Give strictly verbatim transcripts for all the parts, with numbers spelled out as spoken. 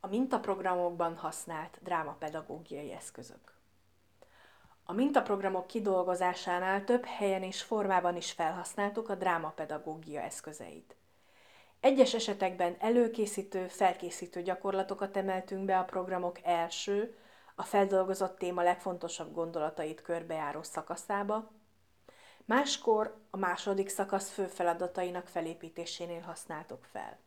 A mintaprogramokban használt drámapedagógiai eszközök. A mintaprogramok kidolgozásánál több helyen és formában is felhasználtuk a drámapedagógia eszközeit. Egyes esetekben előkészítő, felkészítő gyakorlatokat emeltünk be a programok első, a feldolgozott téma legfontosabb gondolatait körbejáró szakaszába, máskor a második szakasz fő feladatainak felépítésénél használtuk fel.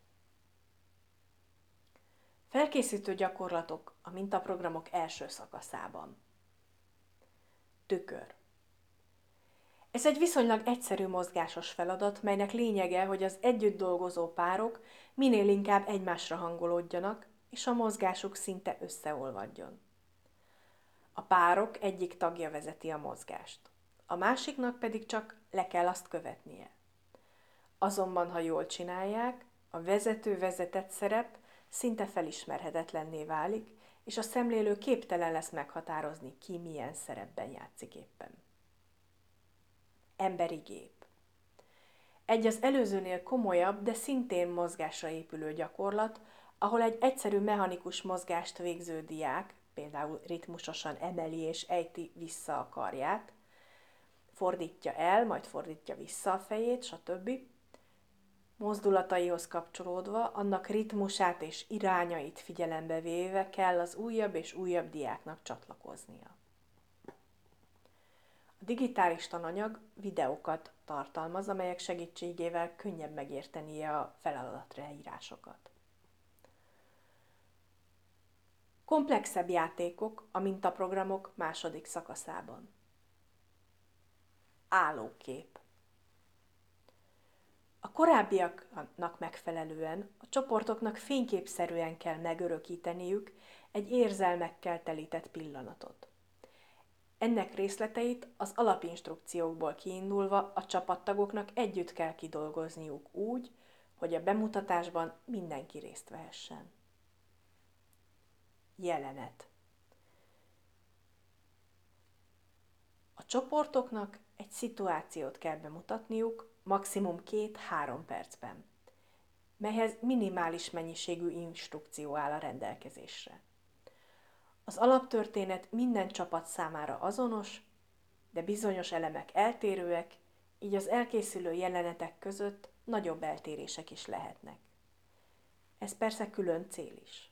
Felkészítő gyakorlatok a mintaprogramok első szakaszában. Tükör. Ez egy viszonylag egyszerű mozgásos feladat, melynek lényege, hogy az együtt dolgozó párok minél inkább egymásra hangolódjanak, és a mozgásuk szinte összeolvadjon. A párok egyik tagja vezeti a mozgást, a másiknak pedig csak le kell azt követnie. Azonban, ha jól csinálják, a vezető-vezetett szerep szinte felismerhetetlenné válik, és a szemlélő képtelen lesz meghatározni, ki milyen szerepben játszik éppen. Emberi gép. Egy az előzőnél komolyabb, de szintén mozgásra épülő gyakorlat, ahol egy egyszerű mechanikus mozgást végző diák, például ritmusosan emeli és ejti vissza a karját, fordítja el, majd fordítja vissza a fejét, stb. Mozdulataihoz kapcsolódva, annak ritmusát és irányait figyelembe véve kell az újabb és újabb diáknak csatlakoznia. A digitális tananyag videókat tartalmaz, amelyek segítségével könnyebb megértenie a feladatleírásokat. Komplexebb játékok a mintaprogramok második szakaszában. Állókép. A korábbiaknak megfelelően a csoportoknak fényképszerűen kell megörökíteniük egy érzelmekkel telített pillanatot. Ennek részleteit az alapinstrukciókból kiindulva a csapattagoknak együtt kell kidolgozniuk úgy, hogy a bemutatásban mindenki részt vehessen. Jelenet. A csoportoknak egy szituációt kell bemutatniuk, maximum két-három percben, melyhez minimális mennyiségű instrukció áll a rendelkezésre. Az alaptörténet minden csapat számára azonos, de bizonyos elemek eltérőek, így az elkészülő jelenetek között nagyobb eltérések is lehetnek. Ez persze külön cél is.